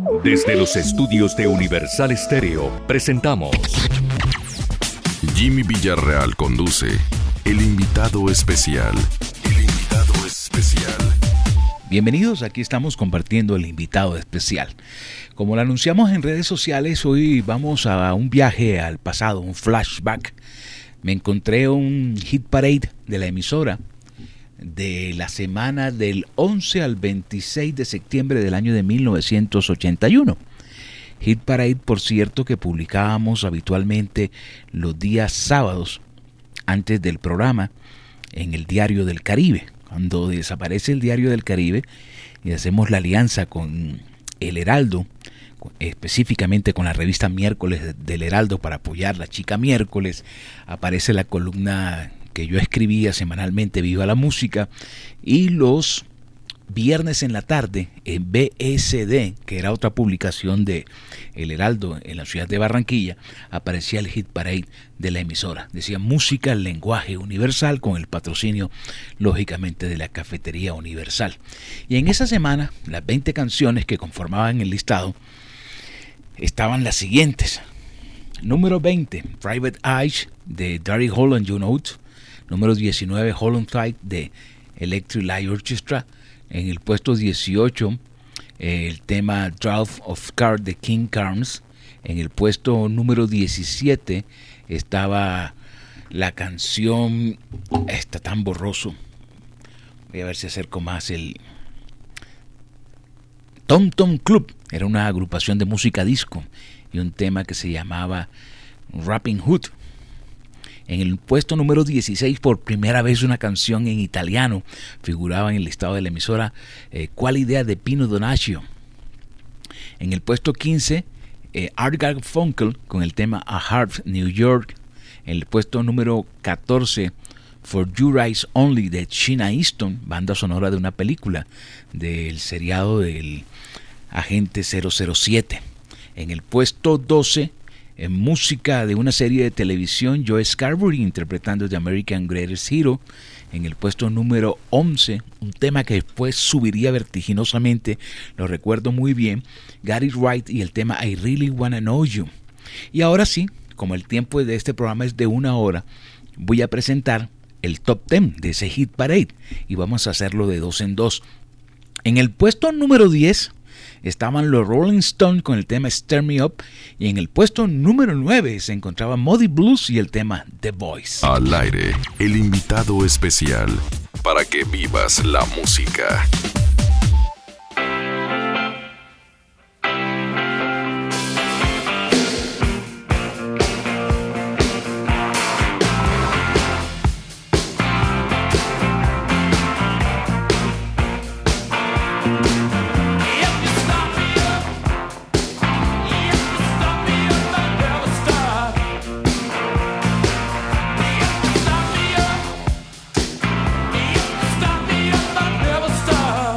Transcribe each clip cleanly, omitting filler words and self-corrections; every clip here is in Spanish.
Desde los estudios de Universal Stereo presentamos Jimmy Villarreal conduce El Invitado Especial. El Invitado Especial. Bienvenidos, aquí estamos compartiendo El Invitado Especial. Como lo anunciamos en redes sociales, hoy vamos a un viaje al pasado, un flashback. Me encontré un hit parade de la emisora de la semana del 11 al 26 de septiembre del año de 1981. Hit Parade, por cierto, que publicábamos habitualmente los días sábados antes del programa en el Diario del Caribe. Cuando desaparece el Diario del Caribe y hacemos la alianza con El Heraldo, específicamente con la revista Miércoles del Heraldo para apoyar la Chica Miércoles, aparece la columna que yo escribía semanalmente, Viva la Música, y los viernes en la tarde en BSD, que era otra publicación de El Heraldo en la ciudad de Barranquilla, aparecía el Hit Parade de la emisora. Decía música, lenguaje universal, con el patrocinio lógicamente de la Cafetería Universal. Y en esa semana, las 20 canciones que conformaban el listado estaban las siguientes. Número 20, Private Eyes de Daryl Hall and John Oates. Número 19, Holland Tight de Electric Light Orchestra. En el puesto 18, el tema Drive of Car de King Carnes. En el puesto número 17 estaba la canción, está tan borroso, voy a ver si acerco más, el Tom Tom Club. Era una agrupación de música disco y un tema que se llamaba Rapping Hood. En el puesto número 16, por primera vez una canción en italiano figuraba en el listado de la emisora, ¿Cuál idea de Pino Donaggio? En el puesto 15, Art Garfunkel con el tema A Heart New York. En el puesto número 14, For Your Eyes Only de Sheena Easton, banda sonora de una película del seriado del Agente 007. En el puesto 12, en música de una serie de televisión, Joe Scarborough interpretando The American Greatest Hero. En el puesto número 11, un tema que después subiría vertiginosamente, lo recuerdo muy bien, Gary Wright y el tema I Really Wanna Know You. Y ahora sí, como el tiempo de este programa es de 1 hora, voy a presentar el top 10 de ese Hit Parade y vamos a hacerlo de 2 en 2. En el puesto número 10 estaban los Rolling Stones con el tema Stir Me Up, y en el puesto número 9 se encontraba Muddy Blues y el tema The Voice. Al aire, el invitado especial para que vivas la música. Stop me up, I never stop.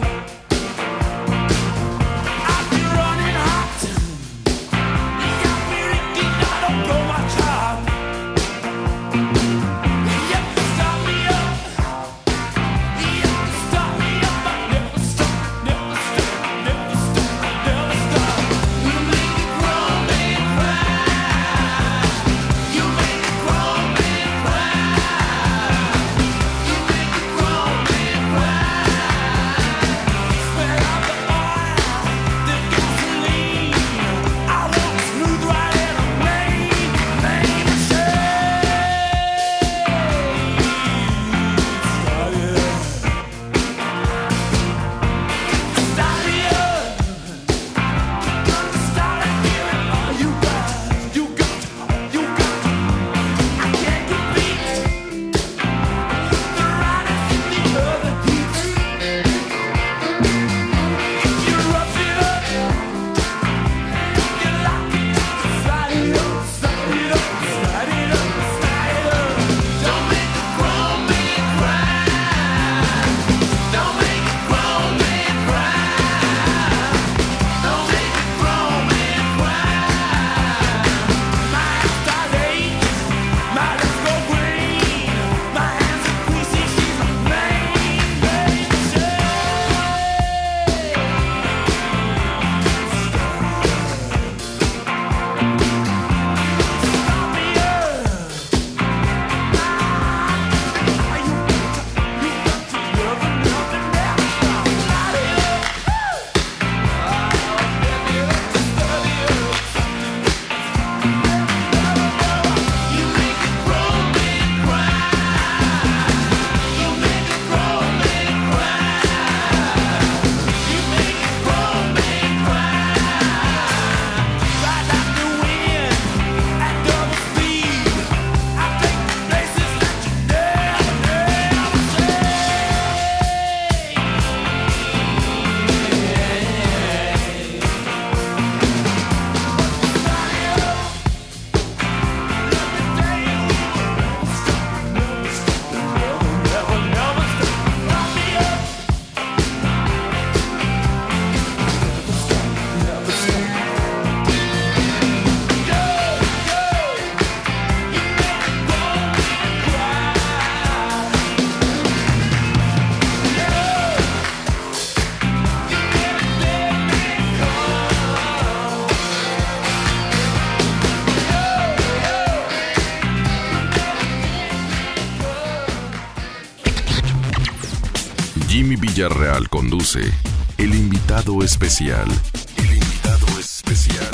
Villarreal conduce El Invitado Especial. El Invitado Especial.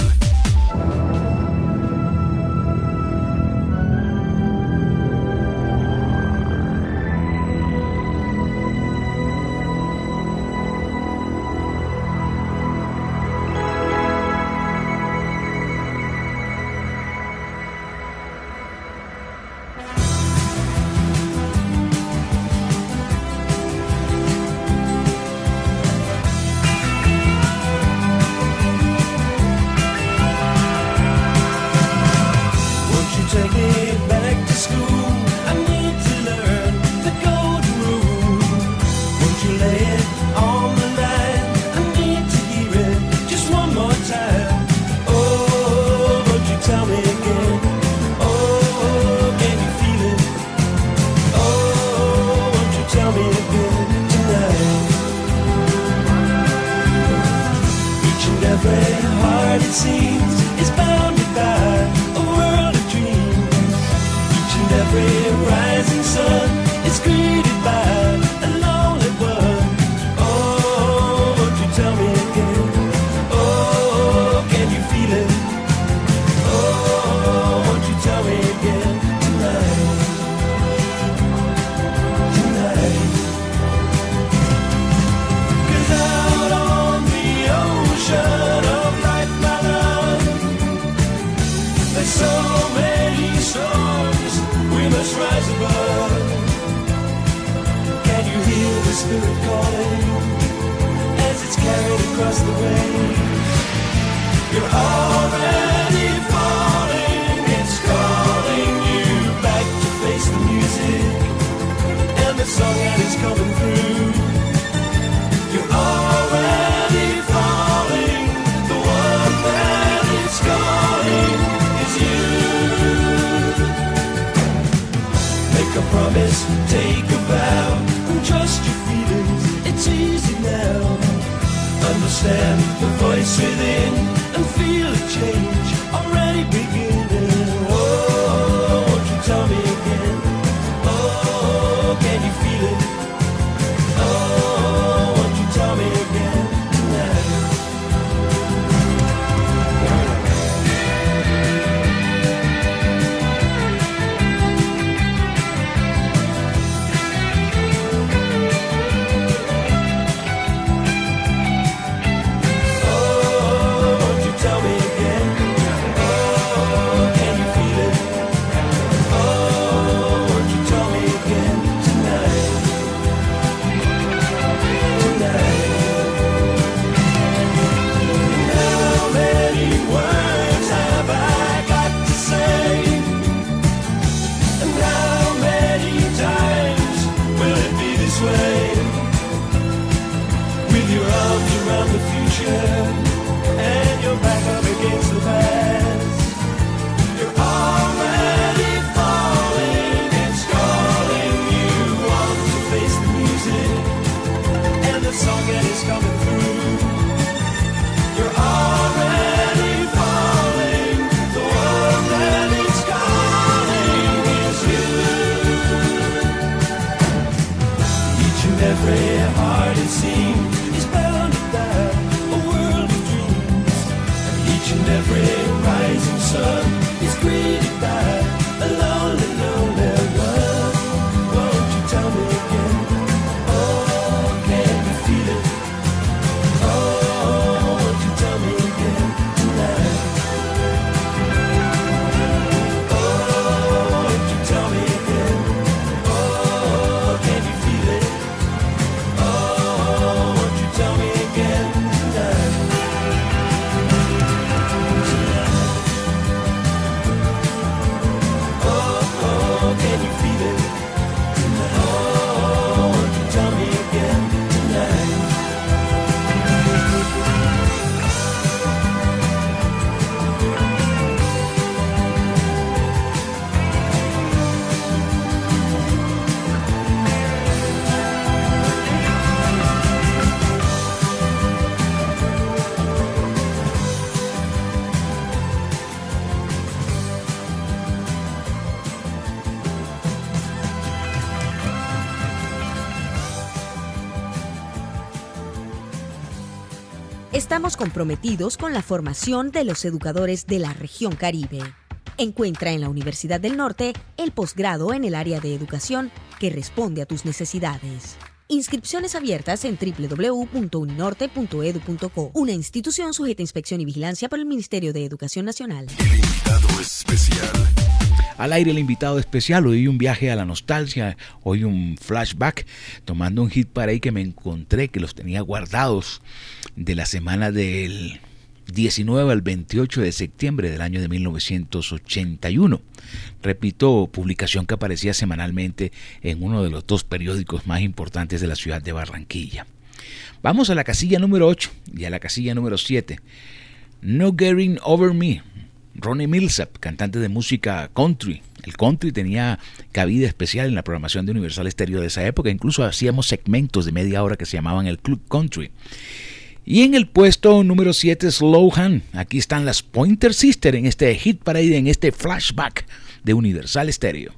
Estamos comprometidos con la formación de los educadores de la región Caribe. Encuentra en la Universidad del Norte el posgrado en el área de educación que responde a tus necesidades. Inscripciones abiertas en www.uninorte.edu.co, una institución sujeta a inspección y vigilancia por el Ministerio de Educación Nacional. El invitado especial. Al aire el invitado especial, hoy un viaje a la nostalgia, hoy un flashback, tomando un hit parade que me encontré, que los tenía guardados de la semana del 19 al 28 de septiembre del año de 1981. Repito, publicación que aparecía semanalmente en uno de los dos periódicos más importantes de la ciudad de Barranquilla. Vamos a la casilla número 8 y a la casilla número 7. No Getting Over Me. Ronnie Milsap, cantante de música country. El country tenía cabida especial en la programación de Universal Stereo de esa época. Incluso hacíamos segmentos de media hora que se llamaban el Club Country. Y en el puesto número 7, Slow Hand. Aquí están las Pointer Sisters en este hit parade, en este flashback de Universal Stereo.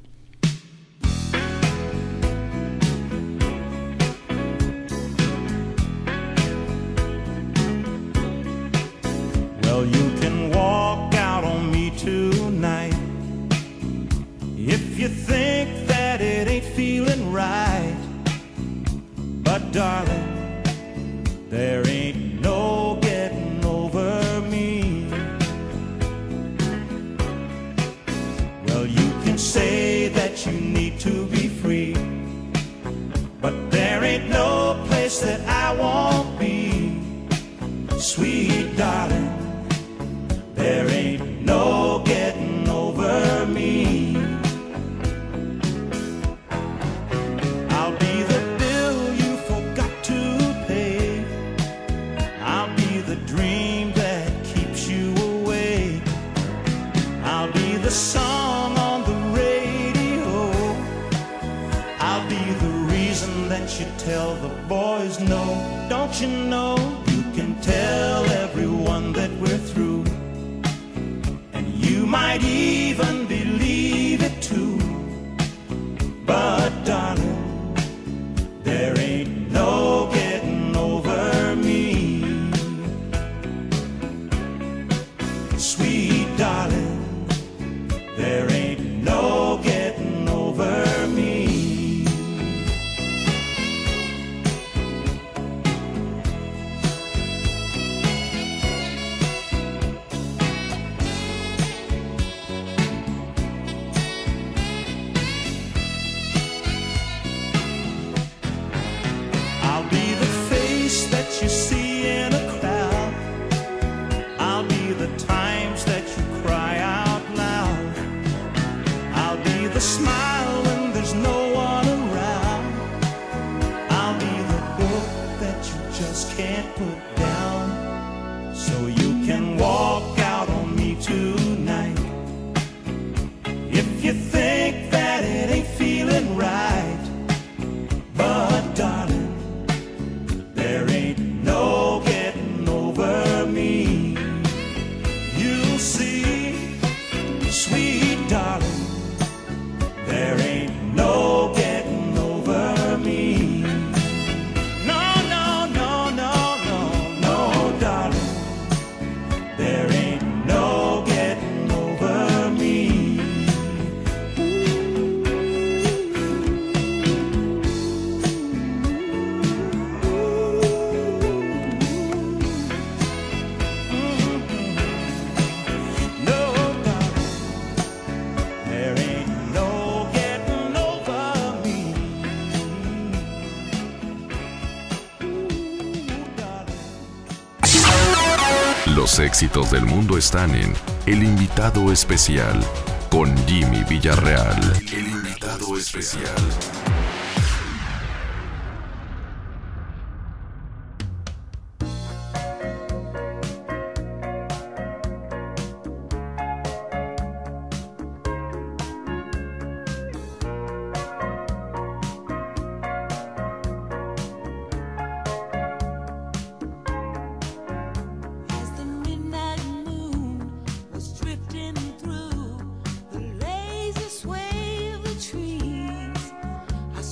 Well, you can walk out on me tonight if you think that it ain't feeling right. But darling, there ain't no getting over me. Well, you can say that you need to be free, but there ain't no place that I won't be. Sweet darling, there ain't no getting over me. I'll be the bill you forgot to pay. I'll be the dream that keeps you awake. I'll be the song on the radio. I'll be the reason that you tell the boys no. Don't you know you can tell everyone that we're through? You might even believe it too. But darling, there ain't no getting over me. Sweet darling, there ain't no getting over me. That you see in a crowd, I'll be the times that you cry out loud. I'll be the smile when there's no one around. I'll be the book that you just can't put down. So you can walk out on me tonight if you think that it ain't feeling right. But darling, there ain't no getting over me. You'll see, sweet darling, there ain't no getting over me. No, no, no, no, no, no, darling, there ain't no getting over me. Los éxitos del mundo están en El Invitado Especial con Jimmy Villarreal. El Invitado Especial. Through the lazy sway of the trees,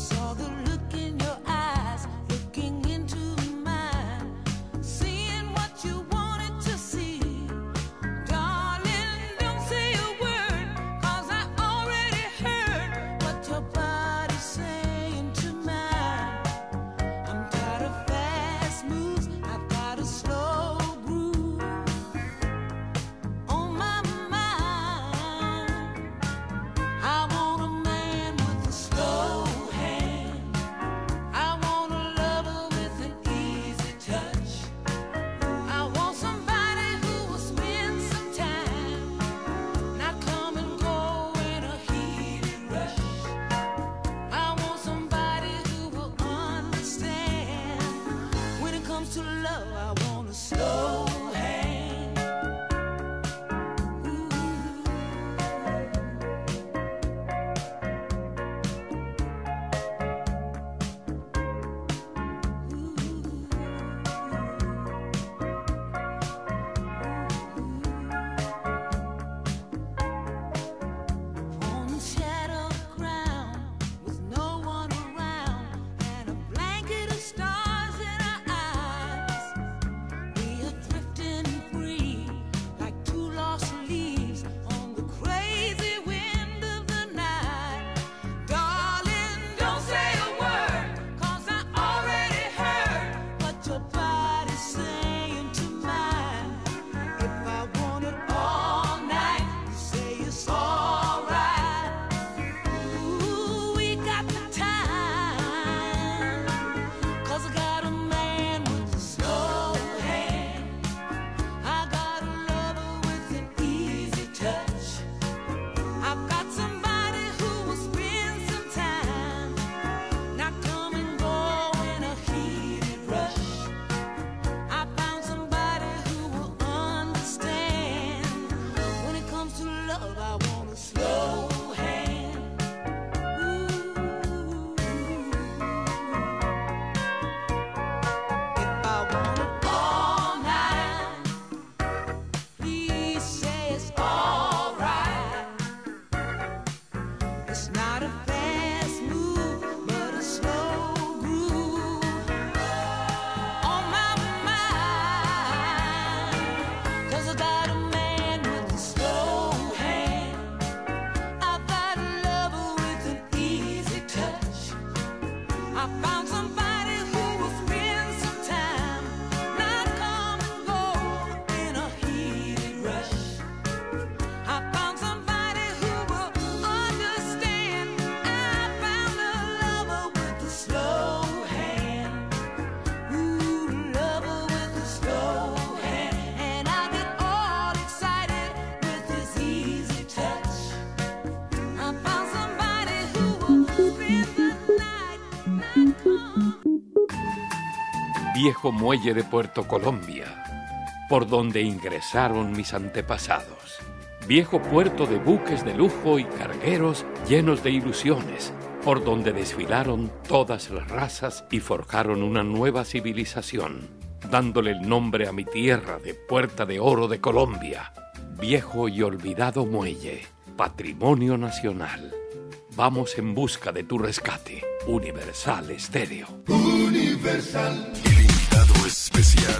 viejo muelle de Puerto Colombia, por donde ingresaron mis antepasados. Viejo puerto de buques de lujo y cargueros llenos de ilusiones, por donde desfilaron todas las razas y forjaron una nueva civilización, dándole el nombre a mi tierra de Puerta de Oro de Colombia. Viejo y olvidado muelle, patrimonio nacional. Vamos en busca de tu rescate. Universal Estéreo. Universal. El invitado especial.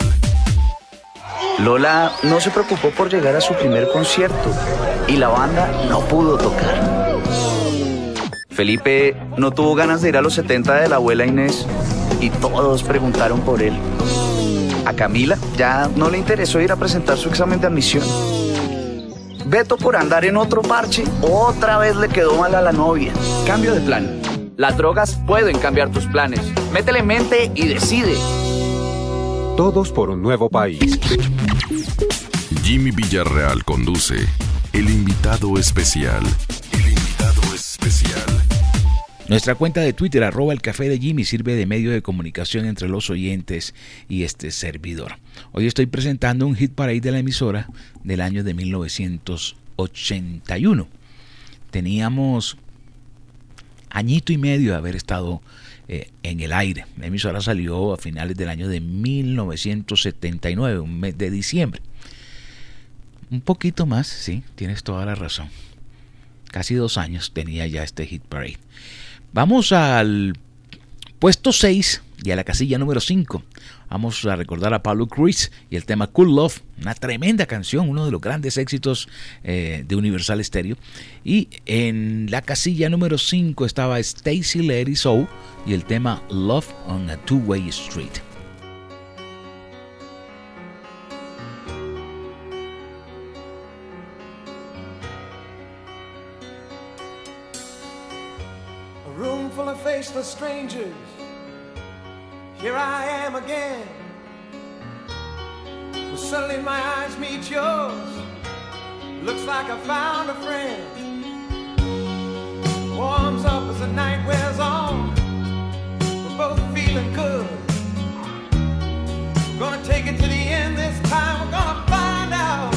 Lola no se preocupó por llegar a su primer concierto y la banda no pudo tocar. Felipe no tuvo ganas de ir a los 70 de la abuela Inés y todos preguntaron por él. A Camila ya no le interesó ir a presentar su examen de admisión. Beto, por andar en otro parche, otra vez le quedó mal a la novia. Cambio de plan. Las drogas pueden cambiar tus planes. Métele mente y decide. Todos por un nuevo país. Jimmy Villarreal conduce El invitado especial. El invitado especial. Nuestra cuenta de Twitter, @elcafé de Jimmy, sirve de medio de comunicación entre los oyentes y este servidor. Hoy estoy presentando un hit parade de la emisora del año de 1981. Teníamos añito y medio de haber estado en el aire. La emisora salió a finales del año de 1979, un mes de diciembre. Un poquito más, sí, tienes toda la razón. Casi 2 años tenía ya este hit parade. Vamos al puesto 6 y a la casilla número 5. Vamos a recordar a Pablo Cruise y el tema Cool Love, una tremenda canción, uno de los grandes éxitos de Universal Stereo. Y en la casilla número 5 estaba Stacy Lady Soul y el tema Love on a Two-Way Street. Faceless strangers, here I am again. Well, suddenly my eyes meet yours. Looks like I found a friend. Warms up as the night wears on. We're both feeling good. We're gonna take it to the end this time. We're gonna find out.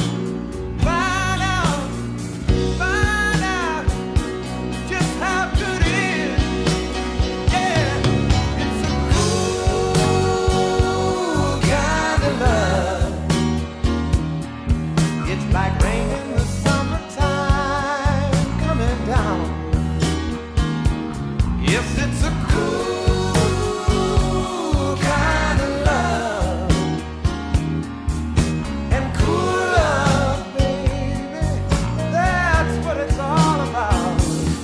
Like rain in the summertime coming down. Yes, it's a cool kind of love. And cool love, baby, that's what it's all about.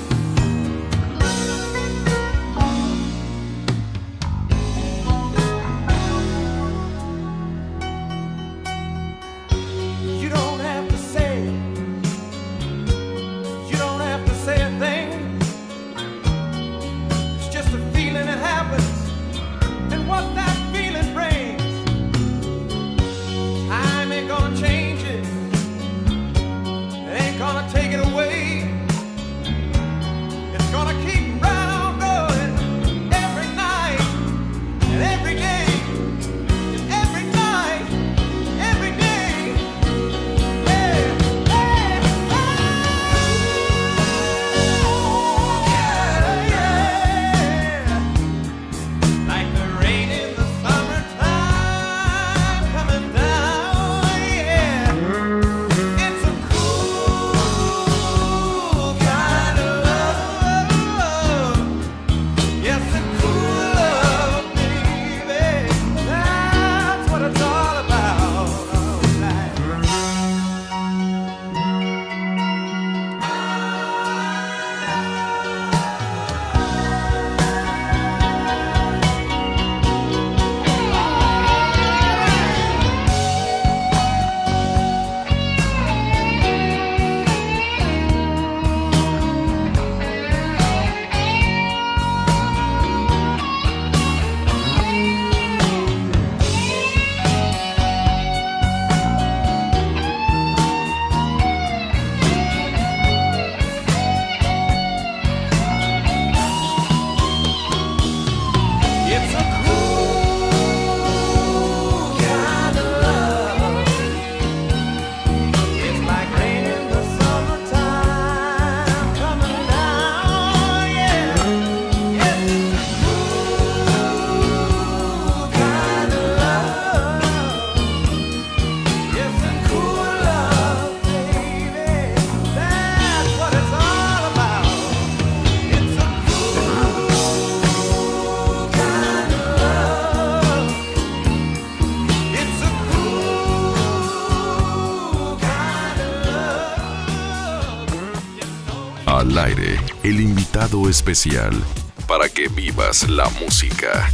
You don't have to say a thing. It's just a feeling Al aire, el invitado especial para que vivas la música.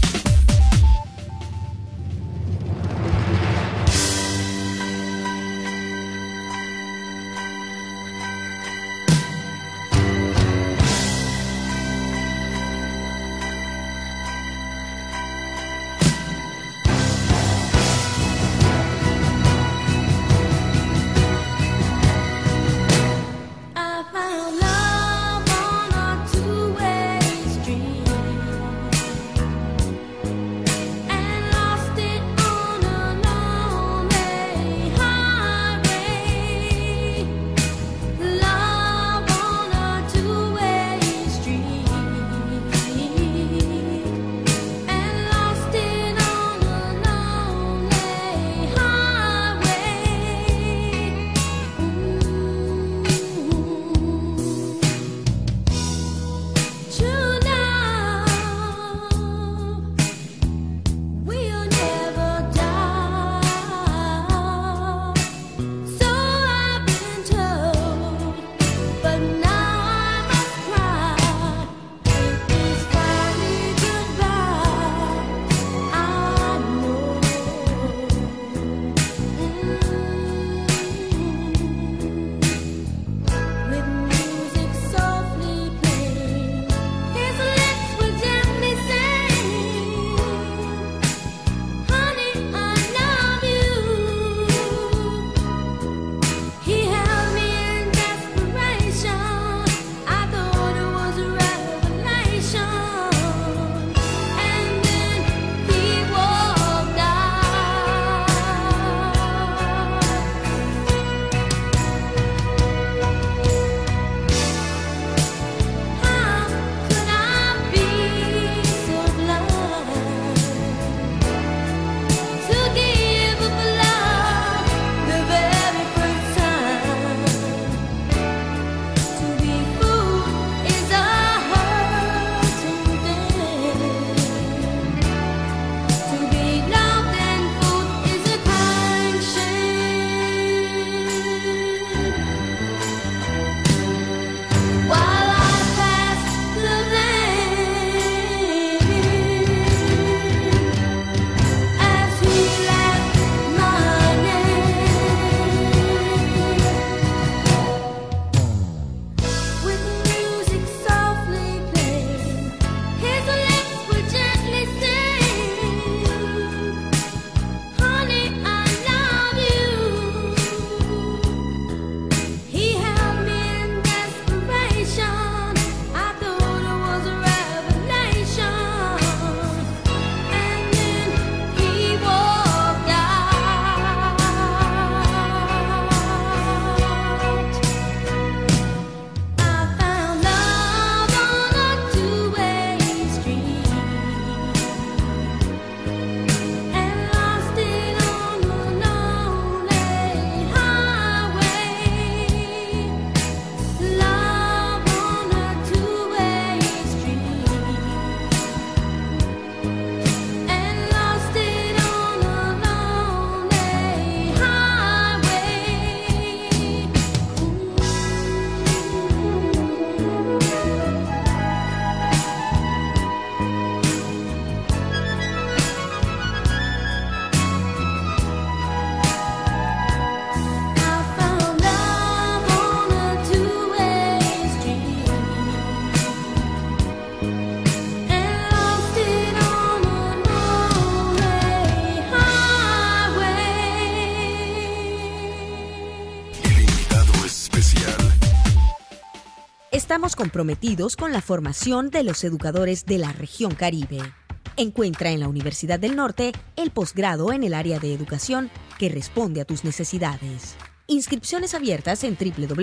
Estamos comprometidos con la formación de los educadores de la región Caribe. Encuentra en la Universidad del Norte el posgrado en el área de educación que responde a tus necesidades. Inscripciones abiertas en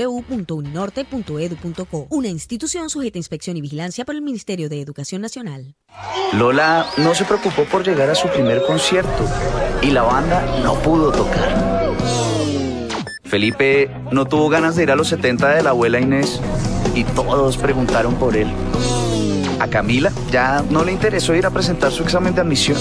www.uninorte.edu.co, una institución sujeta a inspección y vigilancia por el Ministerio de Educación Nacional. Lola no se preocupó por llegar a su primer concierto y la banda no pudo tocar. Felipe no tuvo ganas de ir a los 70 de la abuela Inés y todos preguntaron por él. A Camila ya no le interesó ir a presentar su examen de admisión.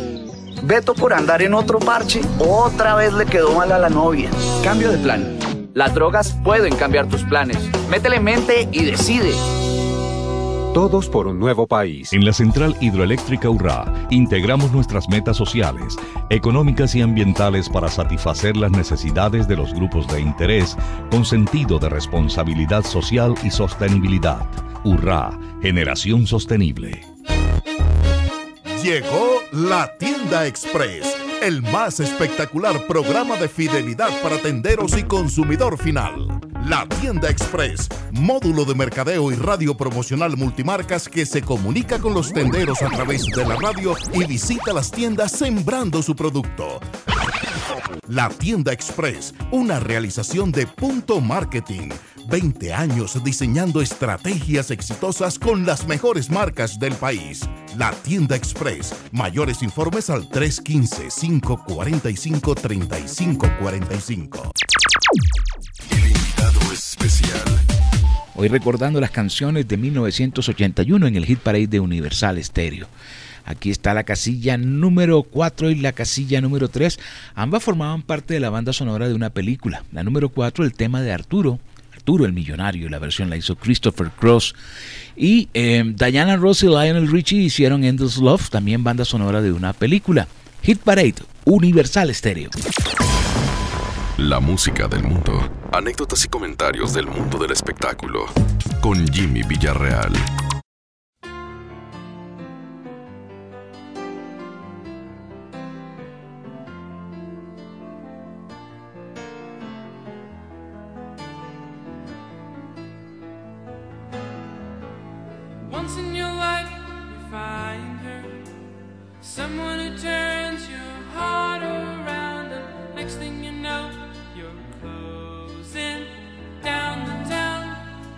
Beto, por andar en otro parche, otra vez le quedó mal a la novia. Cambio de plan. Las drogas pueden cambiar tus planes. Métele mente y decide. Todos por un nuevo país. En la Central Hidroeléctrica Urrá integramos nuestras metas sociales, económicas y ambientales para satisfacer las necesidades de los grupos de interés con sentido de responsabilidad social y sostenibilidad. Urrá, generación sostenible. Llegó la Tienda Express, el más espectacular programa de fidelidad para tenderos y consumidor final. La Tienda Express, módulo de mercadeo y radio promocional multimarcas que se comunica con los tenderos a través de la radio y visita las tiendas sembrando su producto. La Tienda Express, una realización de Punto Marketing. 20 años diseñando estrategias exitosas con las mejores marcas del país. La Tienda Express. Mayores informes al 315-545-3545. El invitado especial. Hoy recordando las canciones de 1981 en el Hit Parade de Universal Stereo. Aquí está la casilla número 4 y la casilla número 3. Ambas formaban parte de la banda sonora de una película. La número 4, el tema de Arturo el Millonario, la versión la hizo Christopher Cross. Y Diana Ross y Lionel Richie hicieron Endless Love, también banda sonora de una película. Hit Parade, Universal Stereo. La música del mundo. Anécdotas y comentarios del mundo del espectáculo. Con Jimmy Villarreal. Once in your life you find her, someone who turns your heart around, and next thing you know you're closing down the town.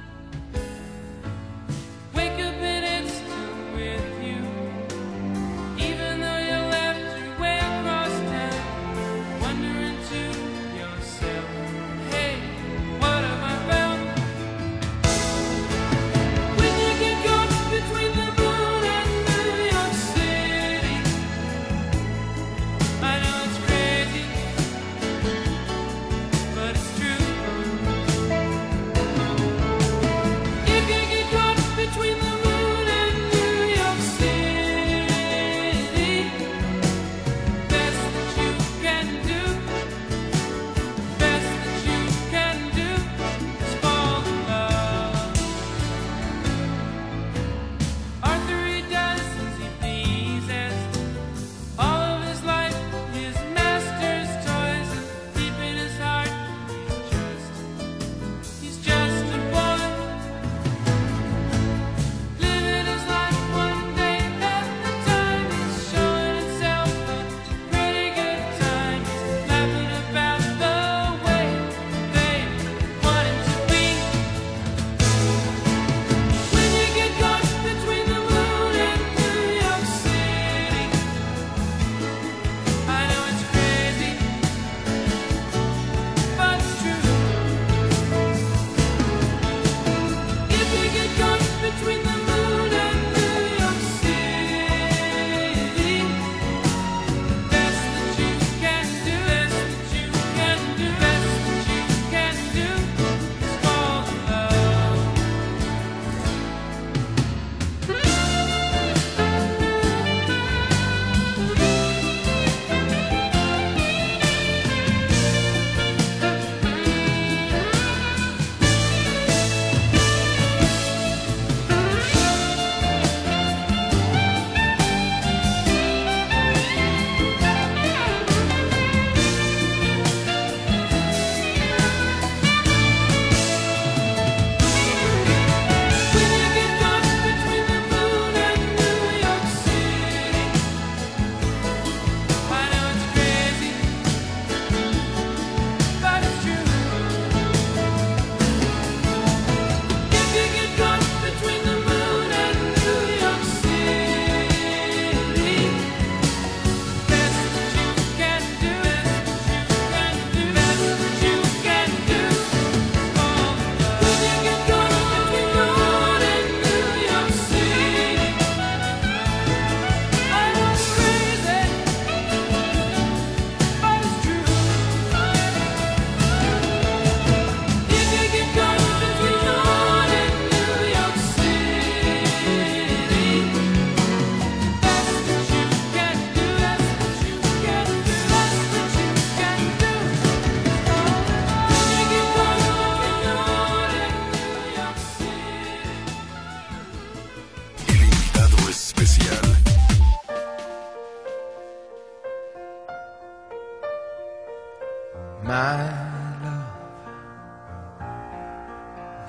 Wake up and it's still with you, even though you left your way across town. Wondering to yourself, hey, what have I found? When you get caught between the moon and New York City,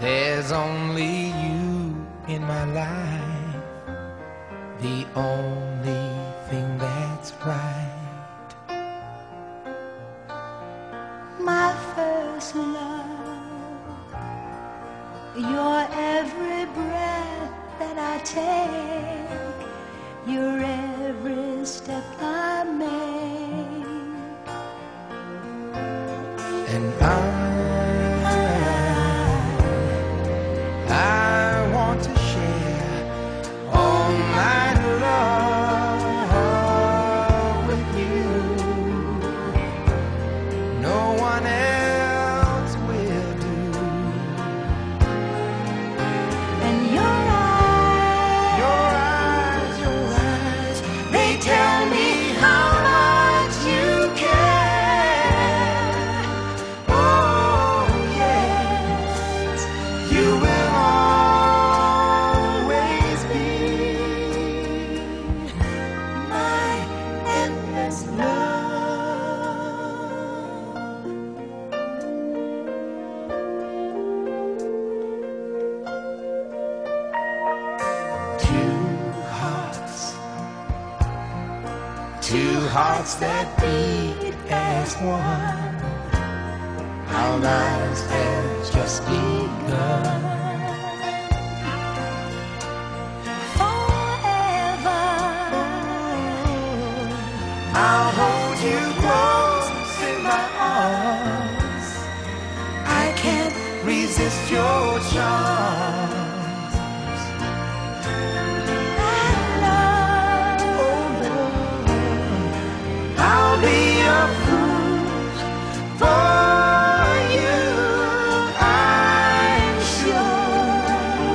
There's only you in my life, the only thing that's right. My first love, your every breath that I take, your every step I make. And I want to share all my love with you. No one else will do. And your eyes, they tell me how much you care. Oh yes, you will always be my endless love. Two hearts that beat as one. Our lives have just begun. Forever, I'll hold you close in my arms. I can't resist your charms. I'll be a fool for you, I'm sure.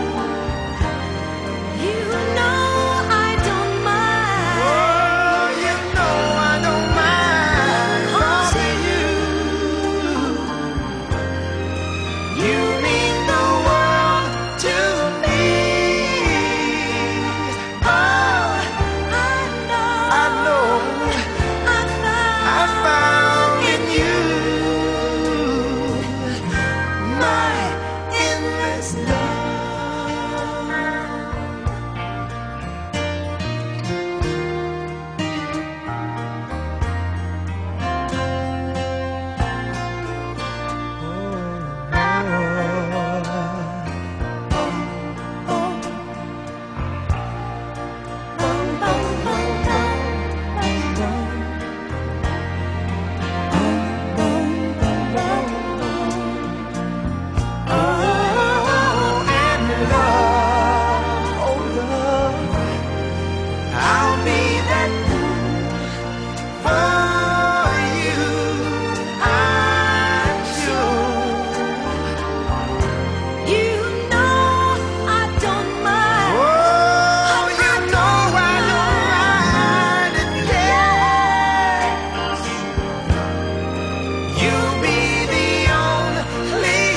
you know I don't mind. Oh, you know I don't mind. 'Cause you mean the world to me. Oh, I know. I found in you my endless I'll be that fool for you, I'm sure. You know I don't mind. Oh, you know I don't mind, and yes, you'll be the only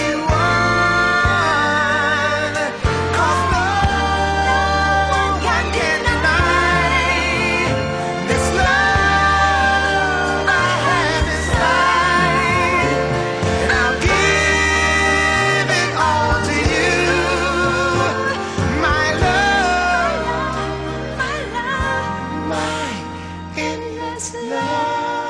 one. 'Cause no one can deny this love I have inside, and I'll give it all to you, my love, my endless love.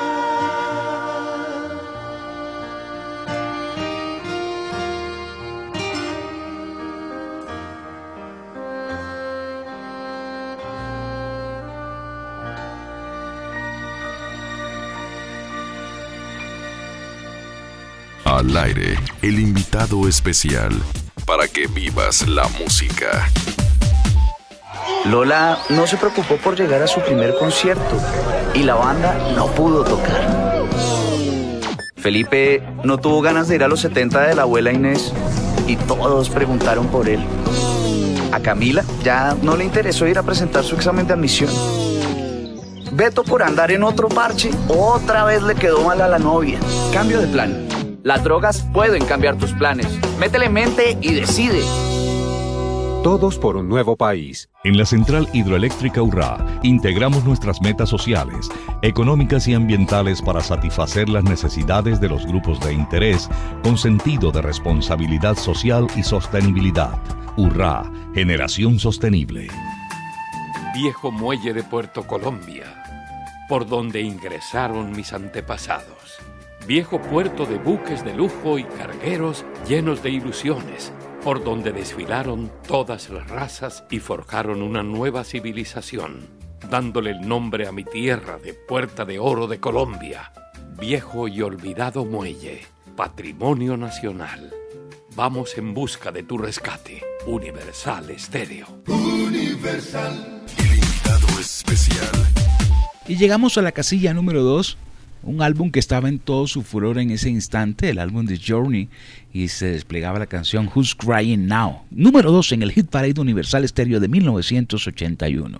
Al aire, el invitado especial para que vivas la música. Lola no se preocupó por llegar a su primer concierto y la banda no pudo tocar. Felipe no tuvo ganas de ir a los 70 de la abuela Inés y todos preguntaron por él. A Camila ya no le interesó ir a presentar su examen de admisión. Beto, por andar en otro parche, otra vez le quedó mal a la novia. Cambio de plan. Las drogas pueden cambiar tus planes. Métele mente y decide. Todos por un nuevo país. En la Central Hidroeléctrica Urrá integramos nuestras metas sociales, económicas y ambientales para satisfacer las necesidades de los grupos de interés con sentido de responsabilidad social y sostenibilidad. Urrá, generación sostenible. Viejo muelle de Puerto Colombia, por donde ingresaron mis antepasados. Viejo puerto de buques de lujo y cargueros llenos de ilusiones, por donde desfilaron todas las razas y forjaron una nueva civilización, dándole el nombre a mi tierra de Puerta de Oro de Colombia. Viejo y olvidado muelle, patrimonio nacional. Vamos en busca de tu rescate. Universal Estéreo. Universal. El invitado especial. Y llegamos a la casilla número 2, un álbum que estaba en todo su furor en ese instante, el álbum de Journey, y se desplegaba la canción Who's Crying Now, número 2 en el Hit Parade Universal Estéreo de 1981.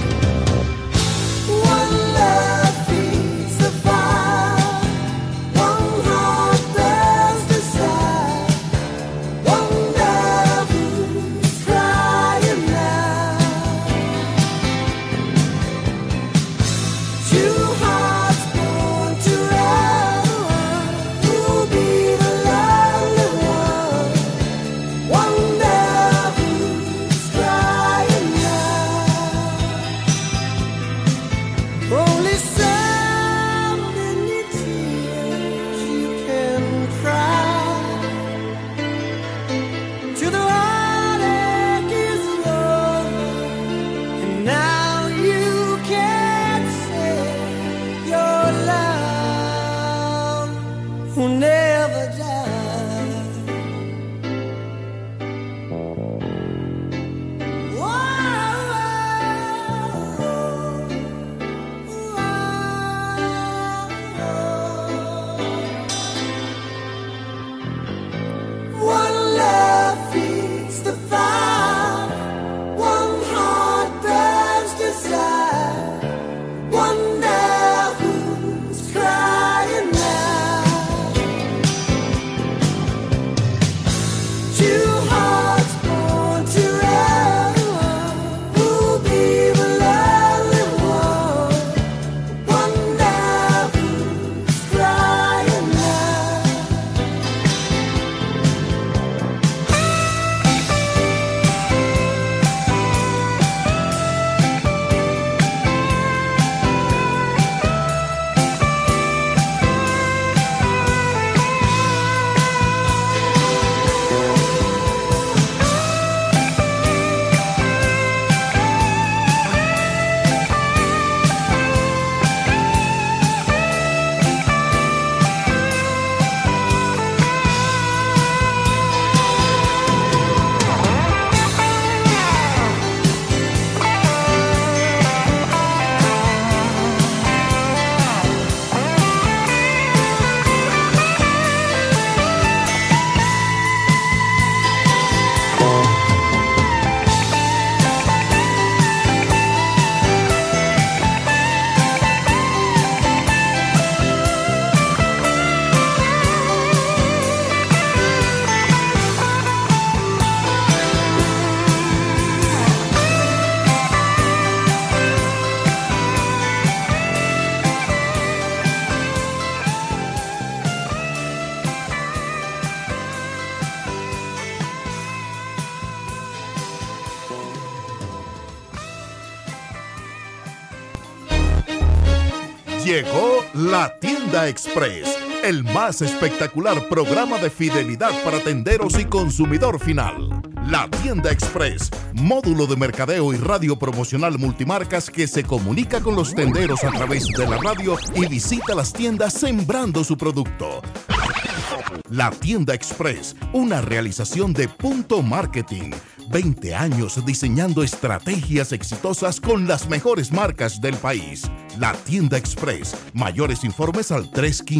One Llegó La Tienda Express, el más espectacular programa de fidelidad para tenderos y consumidor final. La Tienda Express, módulo de mercadeo y radio promocional multimarcas que se comunica con los tenderos a través de la radio y visita las tiendas sembrando su producto. La Tienda Express, una realización de Punto Marketing. 20 años diseñando estrategias exitosas con las mejores marcas del país. La Tienda Express. Mayores informes al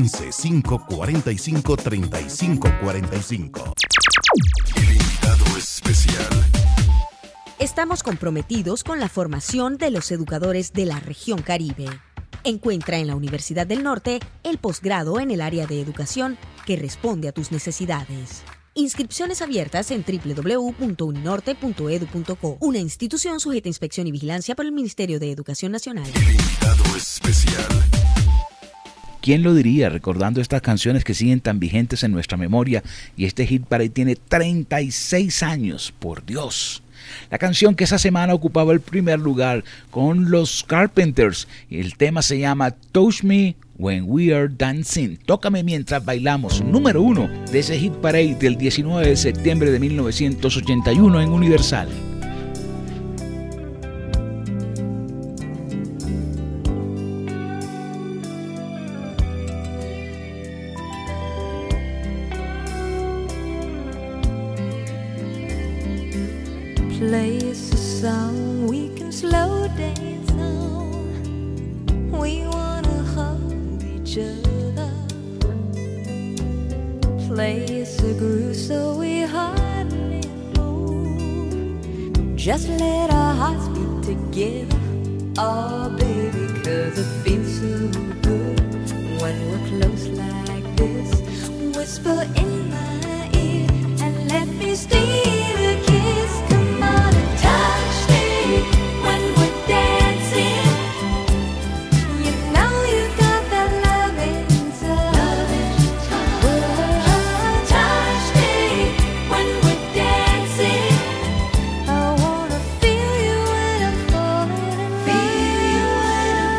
315-545-3545. El invitado especial. Estamos comprometidos con la formación de los educadores de la región Caribe. Encuentra en la Universidad del Norte el posgrado en el área de educación que responde a tus necesidades. Inscripciones abiertas en www.uninorte.edu.co, una institución sujeta a inspección y vigilancia por el Ministerio de Educación Nacional. El invitado especial. ¿Quién lo diría recordando estas canciones que siguen tan vigentes en nuestra memoria? Y este hit parade tiene 36 años, por Dios. La canción que esa semana ocupaba el primer lugar con los Carpenters. El tema se llama Touch Me When We Are Dancing. Tócame mientras bailamos. Número 1 de ese hit parade del 19 de septiembre de 1981 en Universal. Play us a song we can slow dance on. We wanna hold each other. Play us a groove so we hardly move. Just let our hearts beat together. Oh baby, 'cause it feels so good when we're close like this. Whisper in my ear and let me steal a kiss. Come on and touch me when we're dancing. You know you got that loving touch. Touch me when we're dancing. I wanna feel you when I'm falling in love. Feel you when I'm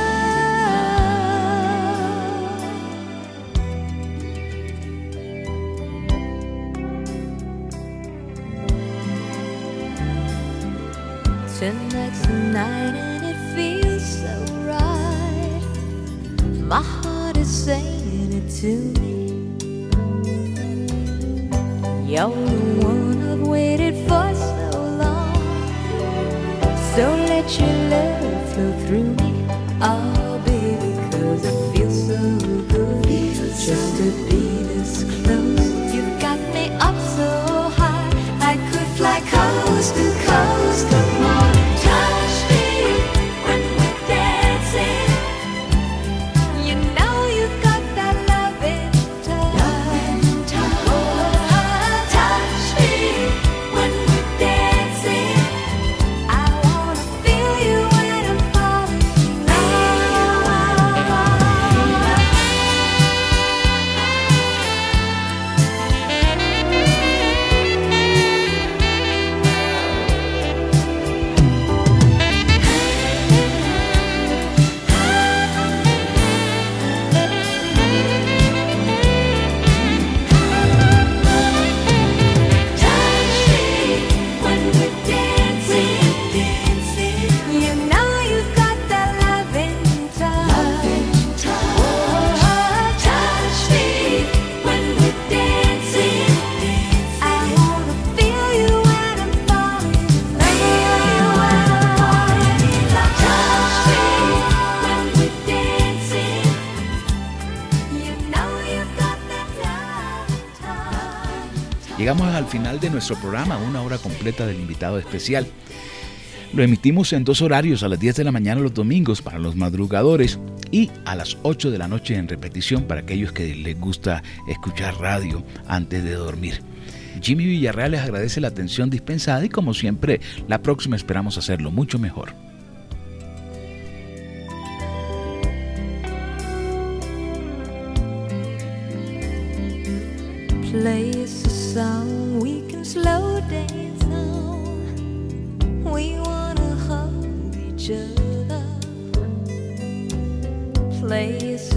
Tonight's the night and it feels so right. My heart is saying it to me. You're the one I've waited for so long. So let your love flow through me. Oh baby, 'cause it feels so good just to be this close. You've got me up so high, I could fly coast to coast. Come on and touch me when we're dancing. You know you've got that loving touch. Touch me when we're dancing. I wanna feel you when I'm falling in Llegamos al final de nuestro programa, una hora completa del invitado especial. Lo emitimos en 2 horarios, a las 10 de la mañana los domingos para los madrugadores y a las 8 de la noche en repetición para aquellos que les gusta escuchar radio antes de dormir. Jimmy Villarreal les agradece la atención dispensada y como siempre, la próxima esperamos hacerlo mucho mejor. Play us a song we can slow dance on. We wanna hold each other.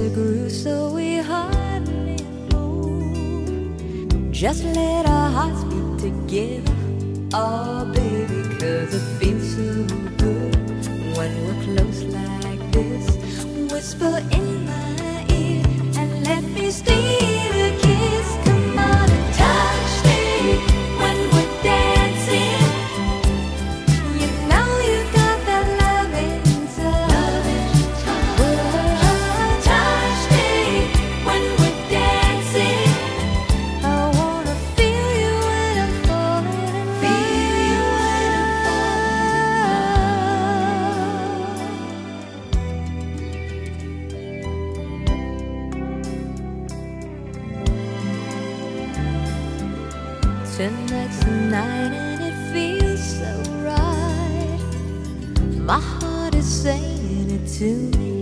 closer grew, so we hardly moved. Just let our hearts beat together, oh baby, 'cause it feels so good when we're close like this. Whisper in my ear and let me steal a kiss. Come on and touch me when we're dancing. You know you got that loving touch. Touch me when we're dancing. I wanna feel you when I'm falling in love. Feel you when I'm Tonight's the night and it feels so right. My heart is saying it to me.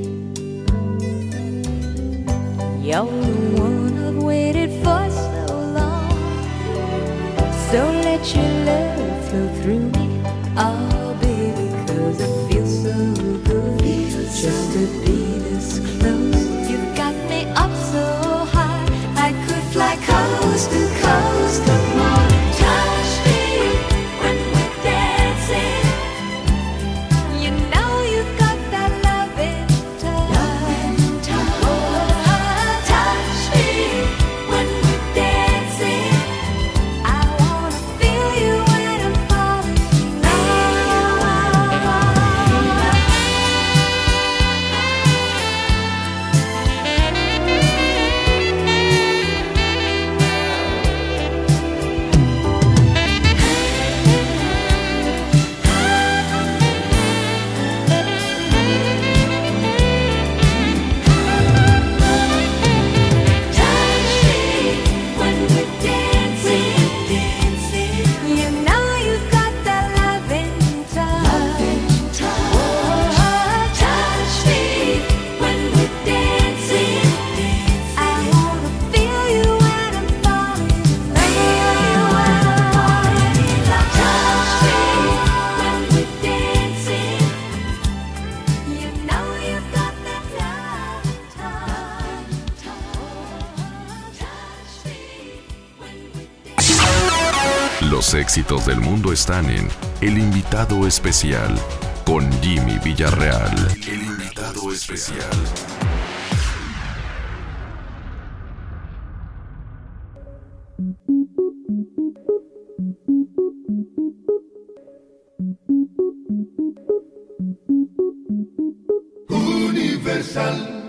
You're the one I've waited for so long. So let your love flow through me, oh baby, 'cause it feels so good just to be this close. You've got me up so high, I could fly coast to coast. Come on and touch me when we're dancing. You know you've got that loving touch. Oh, touch me when we're dancing. I wanna feel you when I'm falling in Los éxitos del mundo están en El Invitado Especial con Jimmy Villarreal. El Invitado Especial. Universal.